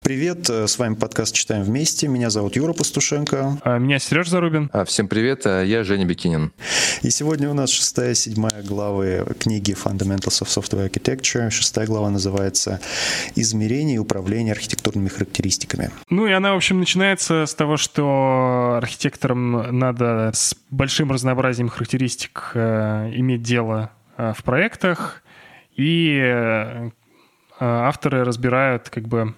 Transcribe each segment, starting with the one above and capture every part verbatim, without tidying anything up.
Привет, с вами подкаст «Читаем вместе». Меня зовут Юра Пастушенко. А меня Сережа Зарубин. А, всем привет, я Женя Бекинин. И сегодня у нас шестая, седьмая главы книги Fundamentals of Software Architecture. Шестая глава называется «Измерение и управление архитектурными характеристиками». Ну и она, в общем, начинается с того, что архитекторам надо с большим разнообразием характеристик э, иметь дело э, в проектах, и э, авторы разбирают как бы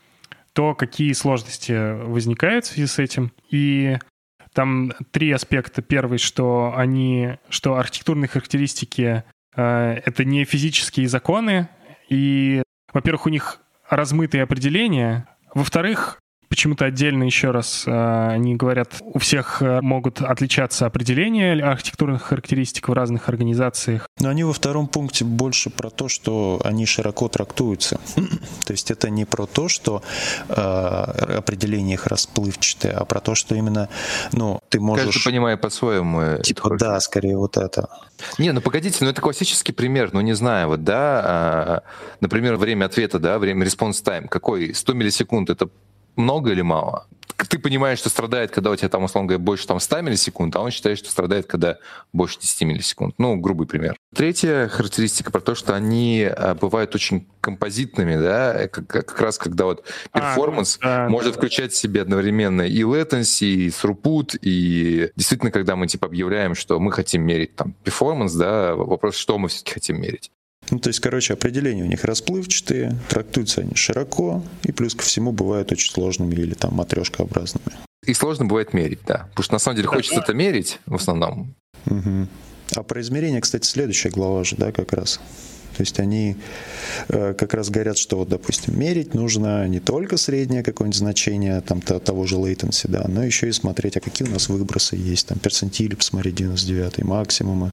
то, какие сложности возникают в связи с этим. И там три аспекта. Первый, что они, что архитектурные характеристики э, это не физические законы, и, во-первых, у них размытые определения. Во-вторых, почему-то отдельно еще раз э, они говорят, у всех могут отличаться определения архитектурных характеристик в разных организациях. Но они во втором пункте больше про то, что они широко трактуются. То есть это не про то, что э, определение их расплывчатое, а про то, что именно, ну, ты можешь... Каждый понимает по-своему. Типа, да, скорее вот это. Не, ну погодите, ну это классический пример, ну не знаю, вот, да, а, например, время ответа, да, время response time, какой, сто миллисекунд, это много или мало? Ты понимаешь, что страдает, когда у тебя там, условно говоря, больше там, ста миллисекунд, а он считает, что страдает, когда больше десяти миллисекунд. Ну, грубый пример. Третья характеристика про то, что они а, бывают очень композитными, да, как, как раз когда вот перформанс а, да, может да, включать в себе одновременно и latency, и throughput, и действительно, когда мы типа объявляем, что мы хотим мерить там перформанс, да, вопрос, что мы все-таки хотим мерить. Ну, то есть, короче, определения у них расплывчатые, трактуются они широко, и плюс ко всему бывают очень сложными или там матрешкообразными. И сложно бывает мерить, да. Потому что на самом деле хочется это мерить в основном. Угу. А про измерение, кстати, следующая глава же, да, как раз. То есть они э, как раз говорят, что, вот, допустим, мерить нужно не только среднее какое-нибудь значение там, того же latency, да, но еще и смотреть, а какие у нас выбросы есть, там перцентили посмотреть, девяносто девятый, максимумы.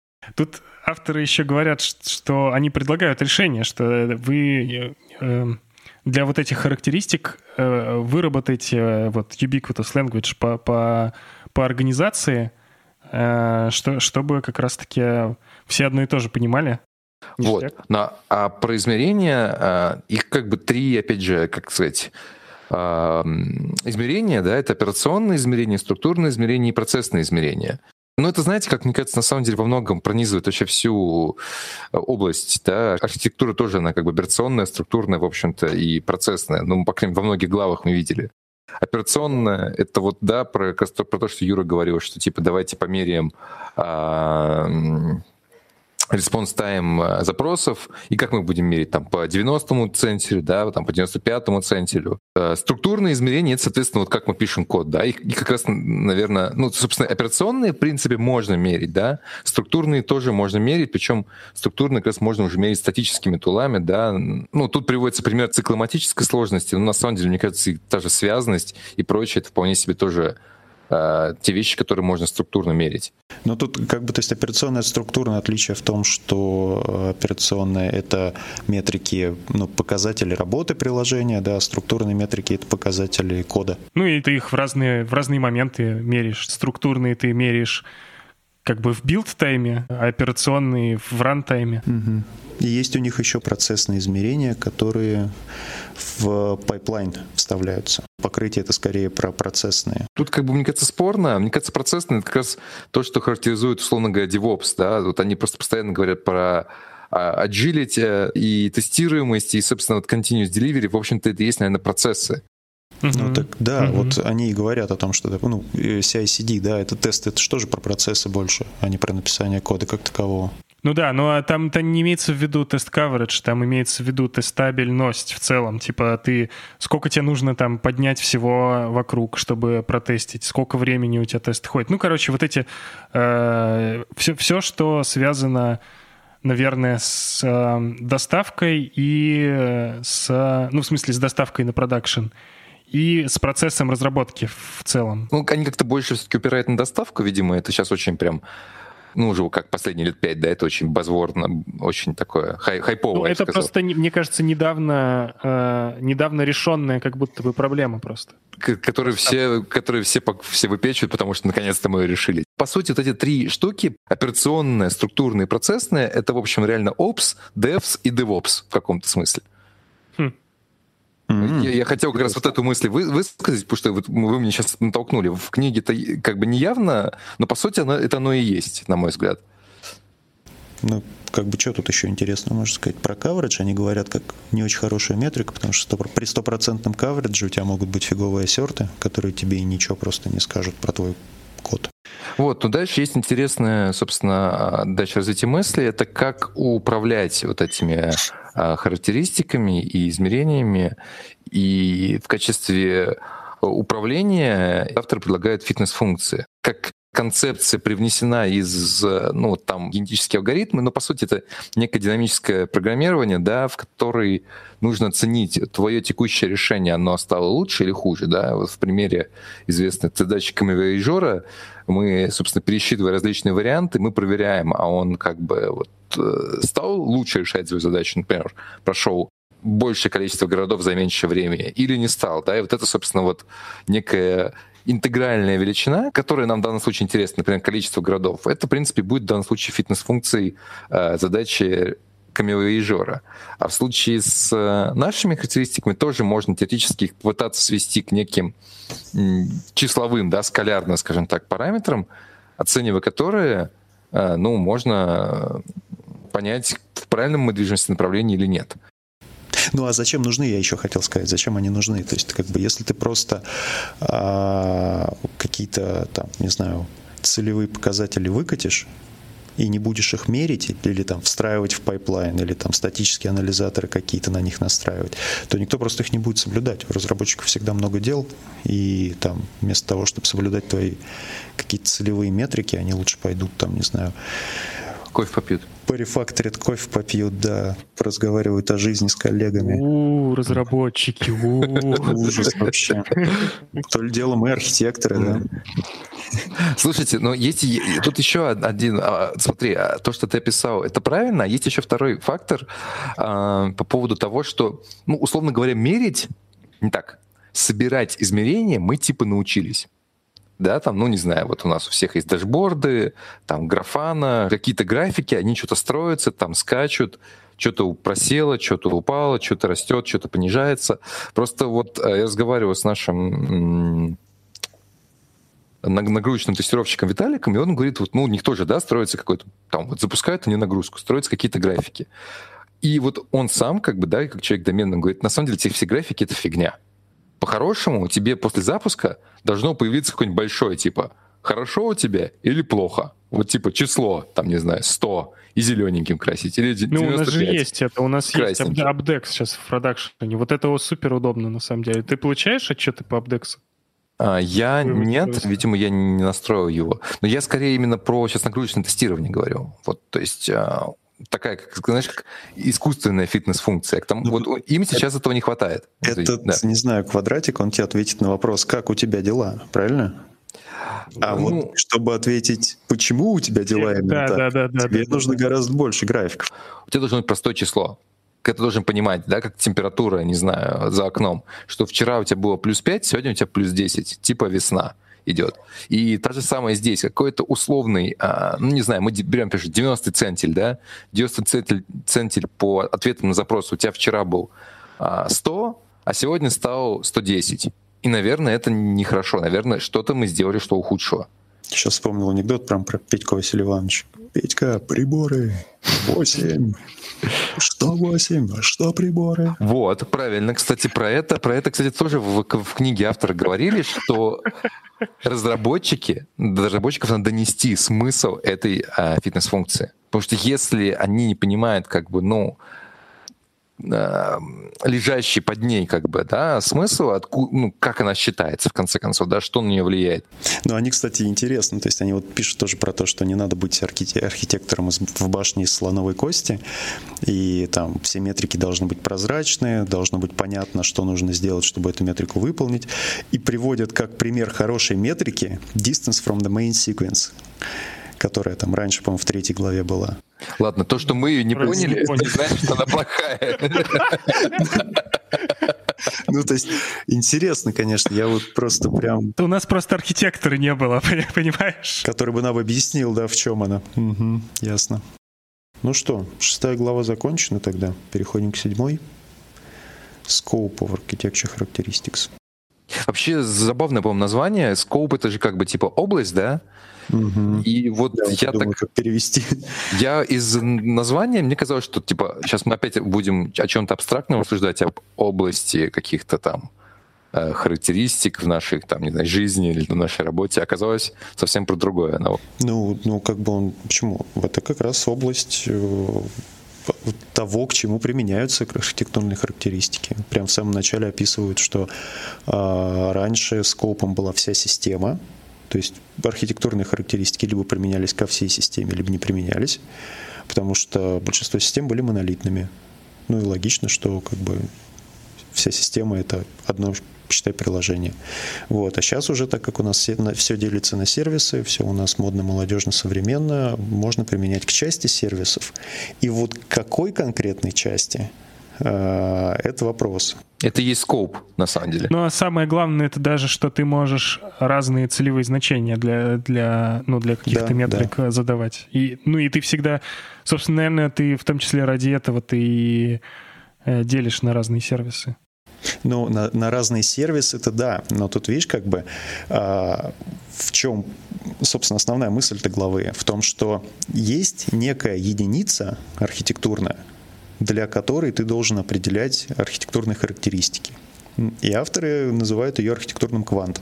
Тут авторы еще говорят, что они предлагают решение, что вы для вот этих характеристик выработаете вот ubiquitous language по, по, по организации, что, чтобы как раз-таки все одно и то же понимали. Вот. Но, а про измерения, их как бы три, опять же, как сказать... измерения, да, это операционные измерения, структурные измерения и процессные измерения. Ну, это, знаете, как мне кажется, на самом деле во многом пронизывает вообще всю область, да. Архитектура тоже, она как бы операционная, структурная, в общем-то, и процессная. Ну, по крайней мере, во многих главах мы видели. Операционная — это вот, да, про, про то, что Юра говорил, что, типа, давайте померяем а, response time запросов, и как мы будем мерить там по девяностому центилю, да, там по девяносто пятому центилю. Структурные измерения — это, соответственно, вот как мы пишем код, да, и, и как раз, наверное, ну, собственно, операционные, в принципе, можно мерить, да, структурные тоже можно мерить, причем структурные как раз можно уже мерить статическими тулами, да. Ну, тут приводится пример цикломатической сложности, но на самом деле, мне кажется, и та же связанность и прочее, это вполне себе тоже те вещи, которые можно структурно мерить. Но тут как бы, то есть операционное структурное отличие в том, что операционные — это метрики, ну, показатели работы приложения, да, структурные метрики — это показатели кода. Ну и ты их в разные, в разные моменты меряешь. Структурные ты меряешь как бы в билд-тайме, а операционные в ран-тайме. Угу. И есть у них еще процессные измерения, которые в пайплайн вставляются. Покрытие — это скорее про процессные. Тут, как бы, мне кажется, спорно. Мне кажется, процессные — это как раз то, что характеризует, условно говоря, DevOps. Да? Вот они просто постоянно говорят про agility и тестируемость, и, собственно, вот continuous delivery. В общем-то, это и есть, наверное, процессы. Uh-huh. Ну так да, uh-huh. Вот они и говорят о том, что ну, си ай си ди, да, это тест, это что же про процессы больше, а не про написание кода как такового. Ну да, но там, там не имеется в виду тест-каверидж, там имеется в виду тестабельность в целом. Типа ты, сколько тебе нужно там поднять всего вокруг, чтобы протестить, сколько времени у тебя тест ходит. Ну, короче, вот эти, э, все, все, что связано, наверное, с э, доставкой и с, ну, в смысле, с доставкой на продакшн. И с процессом разработки в целом. Ну, они как-то больше все-таки упирают на доставку, видимо, это сейчас очень прям, ну, уже как последние лет пять, да, это очень базворно, очень такое хай, хайповое, ну, я это сказал. Просто, мне кажется, недавно, э, недавно решенная как будто бы проблема просто. К- которые все, которые все, все выпечивают, потому что наконец-то мы ее решили. По сути, вот эти три штуки, операционная, структурная и процессная, это, в общем, реально Ops, Devs и DevOps в каком-то смысле. Хм. Mm-hmm. Я, я хотел как раз вот эту мысль вы, высказать, потому что вот вы меня сейчас натолкнули. В книге-то как бы не явно, но по сути оно, это оно и есть, на мой взгляд. Ну, как бы что тут еще интересно, можно сказать, про coverage. Они говорят, как не очень хорошая метрика, потому что при стопроцентном coverage у тебя могут быть фиговые ассерты, которые тебе и ничего просто не скажут про твой код. Вот, но дальше есть интересное, собственно, дальше развитие мысли. Это как управлять вот этими характеристиками и измерениями. И в качестве управления автор предлагает фитнес-функции. Как концепция привнесена из, ну, там, генетические алгоритмы, но, по сути, это некое динамическое программирование, да, в которой нужно оценить твое текущее решение, оно стало лучше или хуже, да. Вот в примере известной задачи камевояжера мы, собственно, пересчитывая различные варианты, мы проверяем, а он как бы вот стал лучше решать свою задачу, например, прошел большее количество городов за меньшее время или не стал, да, и вот это, собственно, вот некая интегральная величина, которая нам в данном случае интересна, например, количество городов, это, в принципе, будет в данном случае фитнес-функцией э, задачи камевояжера. А в случае с э, нашими характеристиками тоже можно теоретически их пытаться свести к неким м, числовым, да, скалярным, скажем так, параметрам, оценивая которые, э, ну, можно понять, в правильном мы движемся в направлении или нет. Ну а зачем нужны, я еще хотел сказать, зачем они нужны? То есть, как бы, если ты просто а, какие-то там, не знаю, целевые показатели выкатишь и не будешь их мерить или там встраивать в пайплайн, или там статические анализаторы какие-то на них настраивать, то никто просто их не будет соблюдать. У разработчиков всегда много дел, и там вместо того, чтобы соблюдать твои какие-то целевые метрики, они лучше пойдут там, не знаю, кофе попьют. Порефакторят, кофе попьют, да, разговаривают о жизни с коллегами. У, разработчики, у. Ужас вообще. То ли дело мы архитекторы, да. Слушайте, но есть тут еще один, смотри, то, что ты описал, это правильно, а есть еще второй фактор по поводу того, что, ну, условно говоря, мерить, не так, собирать измерения мы типа научились. Да, там, ну, не знаю, вот у нас у всех есть дашборды, там, графана, какие-то графики, они что-то строятся, там, скачут, что-то просело, что-то упало, что-то растет, что-то понижается. Просто вот я разговариваю с нашим нагрузочным тестировщиком Виталиком, и он говорит, вот, ну, у них тоже, да, строится какой-то, там, вот запускают они нагрузку, строятся какие-то графики. И вот он сам, как бы, да, как человек доменный, говорит, на самом деле, эти все графики — это фигня. По-хорошему, тебе после запуска должно появиться какое-нибудь большое, типа, хорошо у тебя или плохо? Вот типа число, там, не знаю, сто, и зелененьким красить, или девяносто пять. Ну, у нас же есть это, у нас красненьким. Есть апдекс сейчас в продакшене. Вот это супер удобно, на самом деле. Ты получаешь отчеты по апдексу? А, я Вы нет, просто... видимо, я не настроил его. Но я скорее именно про сейчас нагрузочное тестирование говорю. Вот, то есть... такая, как, знаешь, как искусственная фитнес-функция. Там, ну, вот им сейчас этого не хватает. Этот, да. не знаю, квадратик, он тебе ответит на вопрос, как у тебя дела, правильно? А ну, вот чтобы ответить, почему у тебя дела именно да, так, да, да, да, тебе да, нужно да. гораздо больше графиков. У тебя должно быть простое число. Ты должен понимать, да, как температура, не знаю, за окном, что вчера у тебя было плюс пять, сегодня у тебя плюс десять, типа весна идет. И та же самое здесь, какой-то условный, а, ну, не знаю, мы берем, пишем, девяностый центиль, да, девяностый центиль, центиль по ответам на запрос у тебя вчера был а, сто, а сегодня стал сто десять. И, наверное, это нехорошо. Наверное, что-то мы сделали, что ухудшило. Сейчас вспомнил анекдот прям про Петьку Василия Ивановича. Петька, приборы, восемь. Что восемь? А что приборы? Вот, правильно. Кстати, про это, про это, кстати, тоже в, в книге автора говорили, что разработчики, до разработчиков надо донести смысл этой а, фитнес-функции. Потому что если они не понимают, как бы, ну, а, лежащий под ней, как бы, да, смысл, откуда, ну, как она считается, в конце концов, да, что на нее влияет. Ну, они, кстати, интересны. То есть они вот пишут тоже про то, что не надо быть архитектором в башне из слоновой кости, и там все метрики должны быть прозрачные, должно быть понятно, что нужно сделать, чтобы эту метрику выполнить. И приводят как пример хорошей метрики distance from the main sequence, которая там раньше, по-моему, в третьей главе была. Ладно, то, что мы ее не Просто поняли, не поняли. не значит, что она плохая. Ну, то есть, интересно, конечно, я вот просто прям... У нас просто архитектора не было, понимаешь? Который бы нам объяснил, да, в чем она. Угу, ясно. Ну что, шестая глава закончена тогда. Переходим к седьмой. Scope of Architecture Characteristics. Вообще забавное, по-моему, название. Scope — это же как бы типа область, да? Угу. И вот да, я думаю, так... как перевести. Я из названия, мне казалось, что типа сейчас мы опять будем о чем-то абстрактном рассуждать, об области каких-то там характеристик в нашей, там, не знаю, жизни или в нашей работе. Оказалось совсем про другое. Оно... Ну, ну, как бы он... Почему? Это как раз область того, к чему применяются архитектурные характеристики. Прямо в самом начале описывают, что а, раньше скопом была вся система, то есть архитектурные характеристики либо применялись ко всей системе, либо не применялись, потому что большинство систем были монолитными. Ну и логично, что как бы вся система — это одно, считай, приложение. Вот. А сейчас уже, так как у нас все, все делится на сервисы, все у нас модно, молодежно, современно, можно применять к части сервисов. И вот к какой конкретной части э, — это вопрос. Это и есть скоп, на самом деле. Ну, а самое главное, это даже, что ты можешь разные целевые значения для, для, ну, для каких-то да, метрик да. задавать. И, ну, и ты всегда, собственно, наверное, ты в том числе ради этого ты и делишь на разные сервисы. Ну, на, на разные сервисы это да, но тут, видишь, как бы а, в чем, собственно, основная мысль этой главы? В том, что есть некая единица архитектурная, для которой ты должен определять архитектурные характеристики. И авторы называют ее архитектурным квантом.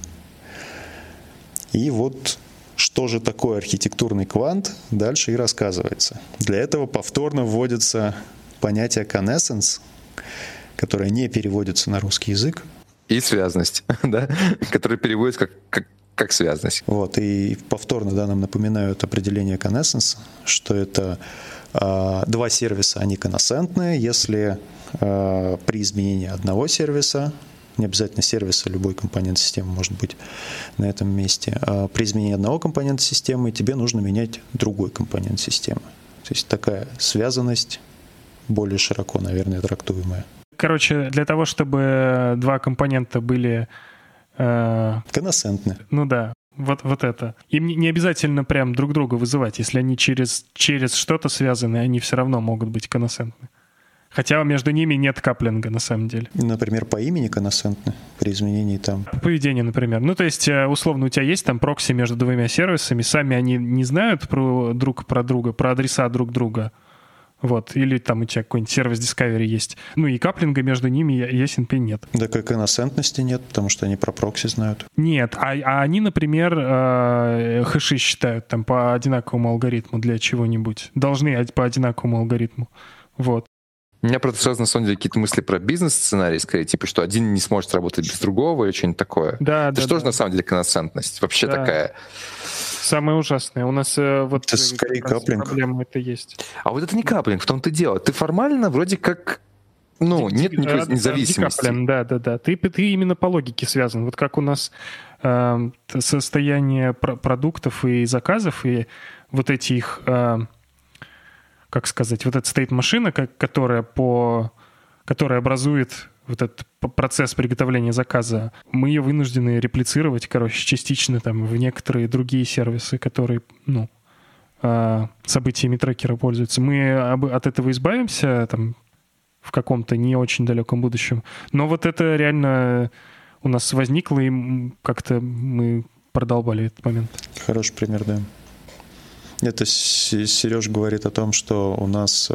И вот что же такое архитектурный квант, дальше и рассказывается. Для этого повторно вводится понятие connaissance, которое не переводится на русский язык. И связность, да, которая переводится как, как, как связность. Вот, и повторно, да, нам напоминают определение connaissance, что это э, два сервиса, они коннасентные, если э, при изменении одного сервиса, не обязательно сервиса, любой компонент системы может быть на этом месте, э, при изменении одного компонента системы тебе нужно менять другой компонент системы. То есть такая связанность более широко, наверное, трактуемая. Короче, для того, чтобы два компонента были... Э, коннасентны. Ну да, вот, вот это. Им не обязательно прям друг друга вызывать. Если они через, через что-то связаны, они все равно могут быть коннасентны. Хотя между ними нет каплинга, на самом деле. Например, по имени коннасентны при изменении там. По поведению, например. Ну, то есть, условно, у тебя есть там прокси между двумя сервисами, сами они не знают про друг про друга, про адреса друг друга. Вот. Или там у тебя какой-нибудь сервис Discovery есть. Ну и каплинга между ними, ясен пень, нет. Да, как коннасентности нет, потому что они про прокси знают. Нет, а, а они, например, э, хэши считают там по одинаковому алгоритму для чего-нибудь. Должны по одинаковому алгоритму. Вот. У меня просто сразу, на самом деле, какие-то мысли про бизнес-сценарий, скорее, типа, что один не сможет работать без другого или что-нибудь такое. Да, это да. что да. же на самом деле коннасентность? Вообще да. такая... Самое ужасное. У нас э, вот это скорее каплинг. Проблема это есть. А вот это не каплинг, в том-то и дело. Ты формально вроде как... Ну, Ди- нет ди- никакой ди- независимости. Декаплинг, да, да, да. Ты, ты именно по логике связан. Вот как у нас э, состояние пр- продуктов и заказов, и вот эти их... Э, как сказать, вот эта стоит-машина, которая, по, которая образует вот этот процесс приготовления заказа, мы ее вынуждены реплицировать, короче, частично там в некоторые другие сервисы, которые, ну, событиями трекера пользуются. Мы от этого избавимся там в каком-то не очень далеком будущем. Но вот это реально у нас возникло, и как-то мы продолбали этот момент. Хороший пример, да. Это Сереж говорит о том, что у нас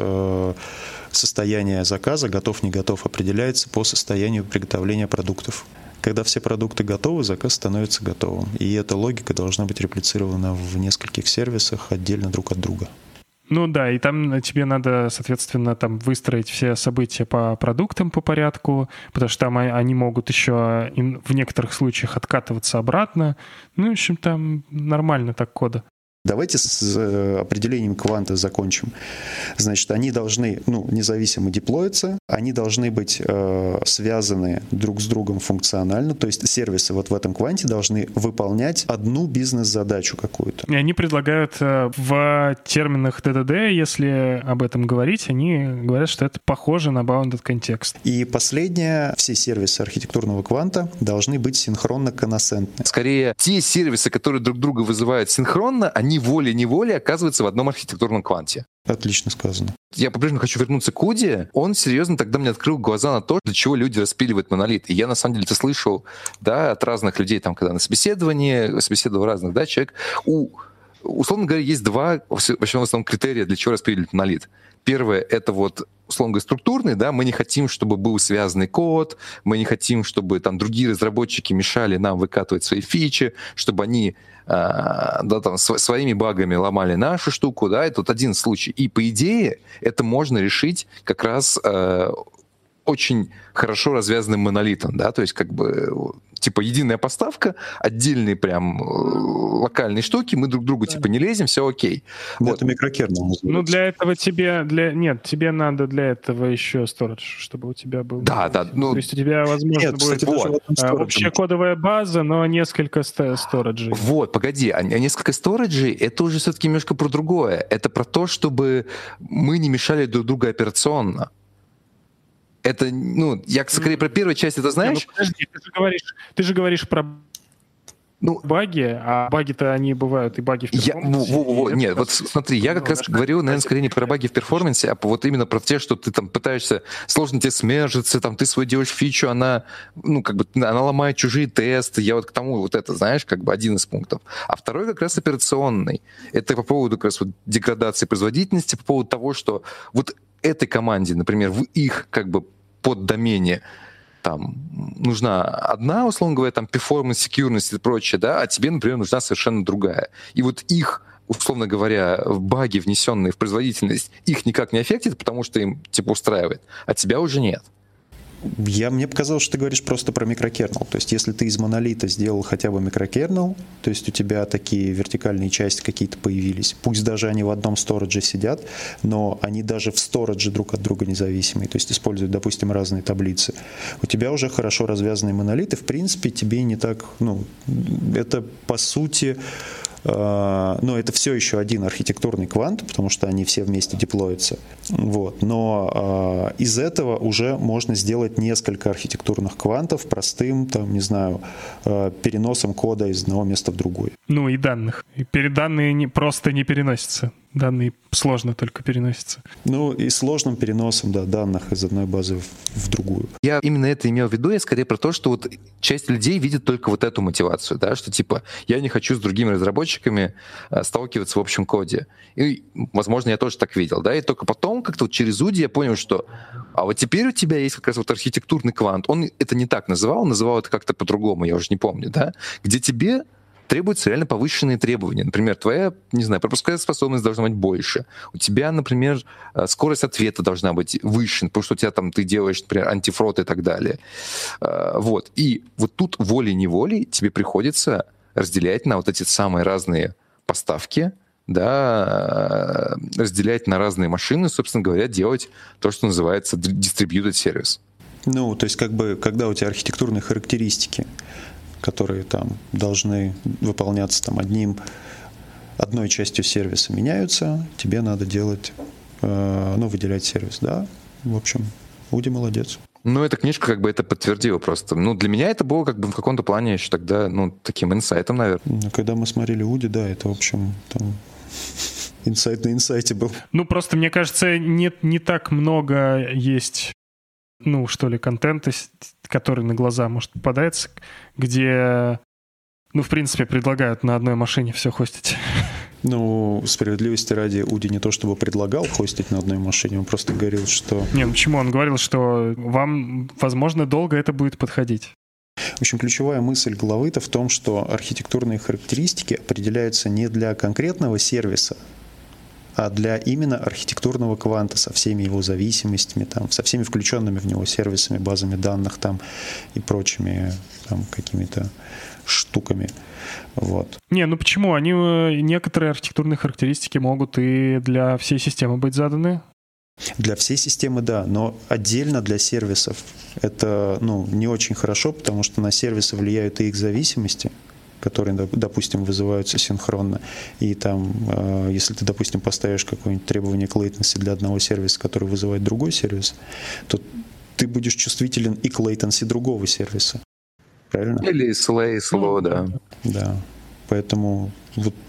состояние заказа, готов, не готов, определяется по состоянию приготовления продуктов. Когда все продукты готовы, заказ становится готовым. И эта логика должна быть реплицирована в нескольких сервисах отдельно друг от друга. Ну да, и там тебе надо, соответственно, там выстроить все события по продуктам по порядку, потому что там они могут еще в некоторых случаях откатываться обратно. Ну, в общем, там нормально так кода. Давайте с определением кванта закончим. Значит, они должны, ну, независимо деплоиться, они должны быть э, связаны друг с другом функционально, то есть сервисы вот в этом кванте должны выполнять одну бизнес-задачу какую-то. И они предлагают э, в терминах ди ди ди, если об этом говорить, они говорят, что это похоже на bounded context. И последнее, все сервисы архитектурного кванта должны быть синхронно коннасентны. Скорее, те сервисы, которые друг друга вызывают синхронно, они они волей-неволей оказываются в одном архитектурном кванте. Отлично сказано. Я по-прежнему хочу вернуться к Уди. Он серьезно тогда мне открыл глаза на то, для чего люди распиливают монолит. И я, на самом деле, это слышал, да, от разных людей, там, когда на собеседовании, собеседовал разных, да, человек. У, условно говоря, есть два, вообще, в основном, критерия, для чего распиливать монолит. Первое — это вот, условно говоря, структурный, да, мы не хотим, чтобы был связанный код, мы не хотим, чтобы там другие разработчики мешали нам выкатывать свои фичи, чтобы они а, да, там, св- своими багами ломали нашу штуку, да, это вот один случай. И, по идее, это можно решить как раз а, очень хорошо развязанным монолитом, да, то есть как бы типа единая поставка, отдельные прям локальные штуки, мы друг к другу типа не лезем, все окей. Вот. Это микрокернел называется. Ну для этого тебе, для нет, тебе надо для этого еще storage, чтобы у тебя был. Да, да. Ну, то есть у тебя, возможно, нет, будет кстати, вот. общая кодовая база, но несколько сториджей. Вот, погоди, а несколько сториджей — это уже все-таки немножко про другое. Это про то, чтобы мы не мешали друг другу операционно. Это, ну, я скорее про первую часть, это знаешь? Не, ну, подожди, ты же говоришь, ты же говоришь про ну, баги, а баги-то они бывают и баги в перформансе. Я, во, во, во, нет, вот смотри, я как ну, раз говорю, наверное, скорее не про баги в перформансе, а вот именно про те, что ты там пытаешься, сложно тебе смержиться, там ты свою делаешь фичу, она, ну, как бы, она ломает чужие тесты, я вот к тому вот это, знаешь, как бы один из пунктов. А второй как раз операционный. Это по поводу как раз вот деградации производительности, по поводу того, что вот этой команде, например, в их как бы поддомене там нужна одна, условно говоря, там performance, security и прочее, да, а тебе, например, нужна совершенно другая. И вот их, условно говоря, баги, внесенные в производительность, их никак не аффектит, потому что им типа устраивает, а тебя уже нет. Я, мне показалось, что ты говоришь просто про микрокернел. То есть если ты из монолита сделал хотя бы микрокернел, то есть у тебя такие вертикальные части какие-то появились, пусть даже они в одном сторидже сидят, но они даже в сторидже друг от друга независимые, то есть используют, допустим, разные таблицы. У тебя уже хорошо развязанные монолиты, в принципе, тебе не так, ну, это по сути... Но это все еще один архитектурный квант, потому что они все вместе деплоятся. Вот. Но э, из этого уже можно сделать несколько архитектурных квантов простым, там, не знаю, э, переносом кода из одного места в другой. Ну и данных. И данные не, просто не переносятся. Данные сложно только переносятся. Ну и сложным переносом, да, данных из одной базы в, в другую. Я именно это имел в виду, я скорее про то, что вот часть людей видит только вот эту мотивацию, да, что типа я не хочу с другими разработчиками а, сталкиваться в общем коде. И, возможно, я тоже так видел, да, и только потом как-то вот через Уди я понял, что а вот теперь у тебя есть как раз вот архитектурный квант. Он это не так называл, называл это как-то по-другому, я уже не помню, да, где тебе требуются реально повышенные требования. Например, твоя, не знаю, пропускная способность должна быть больше. У тебя, например, скорость ответа должна быть выше, потому что у тебя там ты делаешь, например, антифрод и так далее. Вот. И вот тут волей-неволей тебе приходится разделять на вот эти самые разные поставки, да, разделять на разные машины, собственно говоря, делать то, что называется distributed service. Ну, то есть как бы, когда у тебя архитектурные характеристики, которые там должны выполняться там одним, одной частью сервиса меняются, тебе надо делать, э, ну, выделять сервис, да. В общем, Уди молодец. Ну, эта книжка как бы это подтвердила просто. Ну, для меня это было как бы в каком-то плане еще тогда, ну, таким инсайтом, наверное. Ну, когда мы смотрели Уди, да, это, в общем, там... инсайт на инсайте был. Ну, просто, мне кажется, нет, не так много есть... ну, что ли, контента, который на глаза может попадаться, где, ну, в принципе, предлагают на одной машине все хостить. Ну, справедливости ради, Уди не то чтобы предлагал хостить на одной машине, он просто говорил, что... Не, ну почему? Он говорил, что вам, возможно, долго это будет подходить. В общем, ключевая мысль главы-то в том, что архитектурные характеристики определяются не для конкретного сервиса, а для именно архитектурного кванта со всеми его зависимостями, там, со всеми включенными в него сервисами, базами данных там, и прочими там, какими-то штуками. Вот. Не, ну почему? Они, некоторые архитектурные характеристики могут и для всей системы быть заданы. Для всей системы, да, но отдельно для сервисов это, ну, не очень хорошо, потому что на сервисы влияют и их зависимости, которые, допустим, вызываются синхронно. И там, если ты, допустим, поставишь какое-нибудь требование к latency для одного сервиса, который вызывает другой сервис, то ты будешь чувствителен и к latency другого сервиса. Правильно? Или эс эл эй, сло, да. Да. Поэтому вот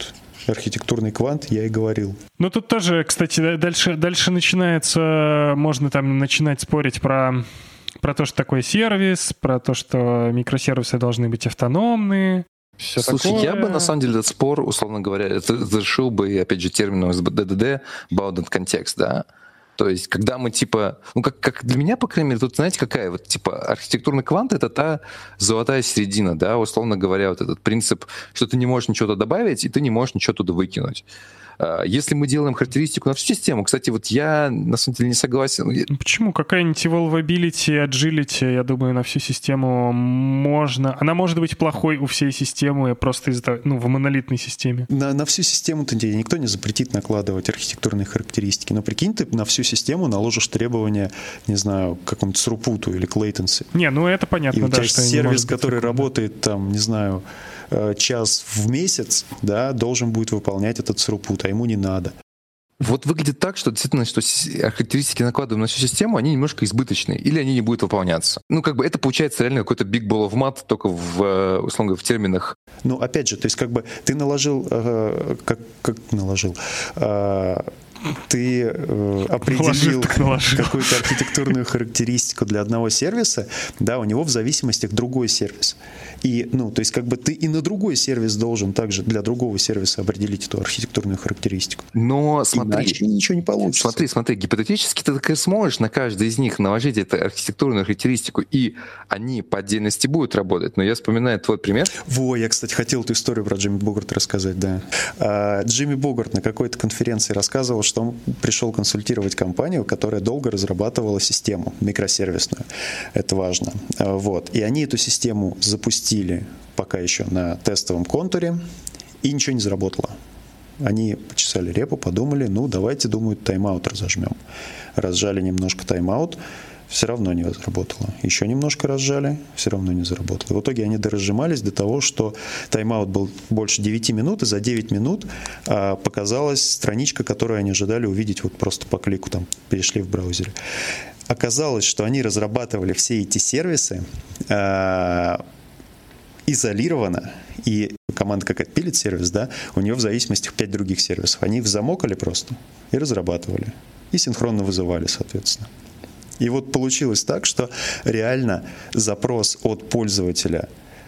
Архитектурный квант, я и говорил. Ну, тут тоже, кстати, дальше, дальше начинается, можно там начинать спорить про, про то, что такое сервис, про то, что микросервисы должны быть автономные. Все Слушай, такое. я бы, на самом деле, этот спор, условно говоря, разрешил бы, опять же, термином из ди ди ди bounded context, да. То есть, когда мы, типа, ну, как, как для меня, по крайней мере, тут, знаете, какая вот, типа, архитектурный квант — это та золотая середина, да, условно говоря, вот этот принцип, что ты не можешь ничего туда добавить, и ты не можешь ничего туда выкинуть. Если мы делаем характеристику на всю систему, кстати, вот я, на самом деле, не согласен. Почему? Какая-нибудь evolvability, agility, я думаю, на всю систему можно... Она может быть плохой у всей системы, просто из-за, ну, в монолитной системе. На, на всю систему-то никто не запретит накладывать архитектурные характеристики, но прикинь, ты на всю систему наложишь требования, не знаю, к какому-нибудь throughput или к latency. Не, ну это понятно, и у да, тебя что сервис, который работает, там, не знаю, час в месяц, да, должен будет выполнять этот throughput, а ему не надо. Вот выглядит так, что действительно, что характеристики накладываем на всю систему, они немножко избыточные, или они не будут выполняться. Ну, как бы это получается реально какой-то big ball of mud, только в, условно говоря, в терминах. Ну, опять же, то есть как бы ты наложил, э, как, как наложил, э, ты э, определил какую-то архитектурную характеристику для одного сервиса, да, у него в зависимости другой сервис. И, ну, то есть как бы ты и на другой сервис должен также для другого сервиса определить эту архитектурную характеристику. Но смотри, иначе ничего не получится. Смотри, смотри, гипотетически ты так и сможешь на каждый из них наложить эту архитектурную характеристику, и они по отдельности будут работать. Но я вспоминаю твой пример. Во, я, кстати, хотел эту историю про Джимми Богарта рассказать, да. А, Джимми Богарт на какой-то конференции рассказывал, что он пришел консультировать компанию, которая долго разрабатывала систему микросервисную. Это важно. А, вот. И они эту систему запустили пока еще на тестовом контуре, и ничего не заработало. Они почесали репу, подумали, ну, давайте, думаю, тайм-аут разожмем. Разжали немножко тайм-аут, все равно не заработало. Еще немножко разжали, все равно не заработало. И в итоге они доразжимались до того, что тайм-аут был больше девяти минут, и за девять минут а, показалась страничка, которую они ожидали увидеть вот просто по клику, там, перешли в браузере. Оказалось, что они разрабатывали все эти сервисы а, изолированно, и команда какая-то пилит сервис, да, у нее в зависимости пять других сервисов. Они их замокали просто и разрабатывали, и синхронно вызывали, соответственно. И вот получилось так, что реально запрос от пользователя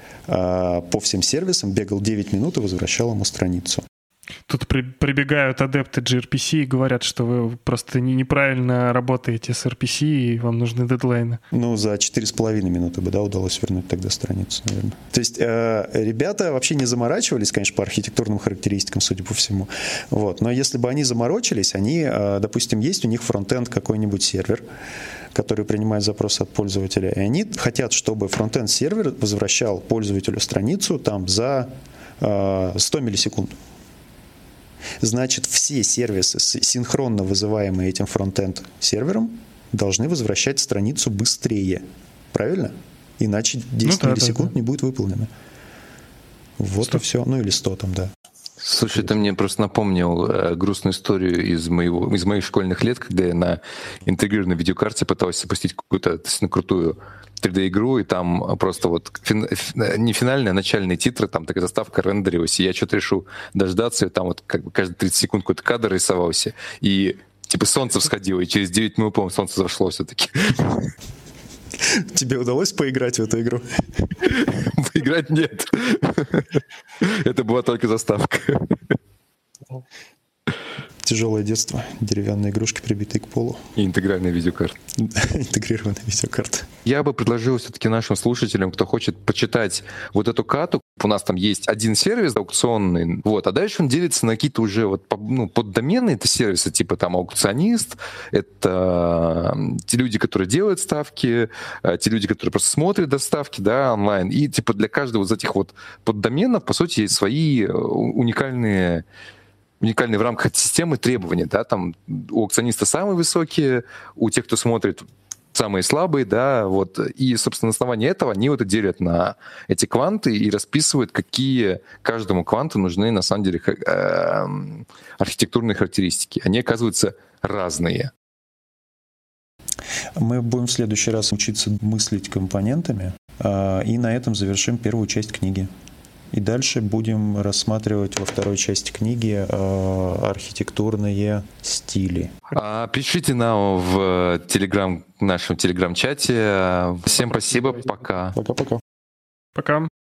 э, по всем сервисам бегал девять минут и возвращал ему страницу. Тут при, прибегают адепты джи ар пи си и говорят, что вы просто не, неправильно работаете с ар пи си, и вам нужны дедлайны. Ну, за четыре с половиной минуты бы, да, удалось вернуть тогда страницу, наверное. То есть э, ребята вообще не заморачивались, конечно, по архитектурным характеристикам, судя по всему. Вот. Но если бы они заморочились, они, э, допустим, есть у них фронтенд какой-нибудь сервер, который принимает запросы от пользователя, и они хотят, чтобы фронтенд-сервер возвращал пользователю страницу там за э, сто миллисекунд. Значит, все сервисы, синхронно вызываемые этим фронтенд-сервером, должны возвращать страницу быстрее. Правильно? Иначе десять ну, да, миллисекунд да, да. не будет выполнено. Вот сто. И все. Ну или сто там, да. Слушай, ты мне просто напомнил э, грустную историю из, моего, из моих школьных лет, когда я на интегрированной видеокарте пытался запустить какую-то достаточно крутую три дэ-игру, и там просто вот фин, не финальные, а начальные титры, там такая заставка рендерилась, и я что-то решил дождаться, и там вот как бы каждые тридцать секунд какой-то кадр рисовался, и типа солнце всходило, и через девять минут, по-моему, солнце зашло все-таки. Тебе удалось поиграть в эту игру? Поиграть нет. Это была только заставка. Тяжелое детство, деревянные игрушки, прибитые к полу. И интегральная видеокарта. Интегрированная видеокарта. Я бы предложил все-таки нашим слушателям, кто хочет почитать вот эту кату. У нас там есть один сервис аукционный, вот, а дальше он делится на какие-то уже вот, ну, поддоменные это сервисы, типа там аукционист, это те люди, которые делают ставки, те люди, которые просто смотрят доставки, да, онлайн. И типа для каждого из этих вот поддоменов, по сути, есть свои уникальные уникальные в рамках этой системы требования, да, там у аукциониста самые высокие, у тех, кто смотрит, самые слабые, да, вот, и, собственно, на основании этого они вот и делят на эти кванты и расписывают, какие каждому кванту нужны, на самом деле, архитектурные характеристики. Они, оказываются, разные. Мы будем в следующий раз учиться мыслить компонентами, и на этом завершим первую часть книги. И дальше будем рассматривать во второй части книги архитектурные стили. Пишите нам в телеграм, нашем телеграм-чате. Всем спасибо, пока. Пока-пока. Пока.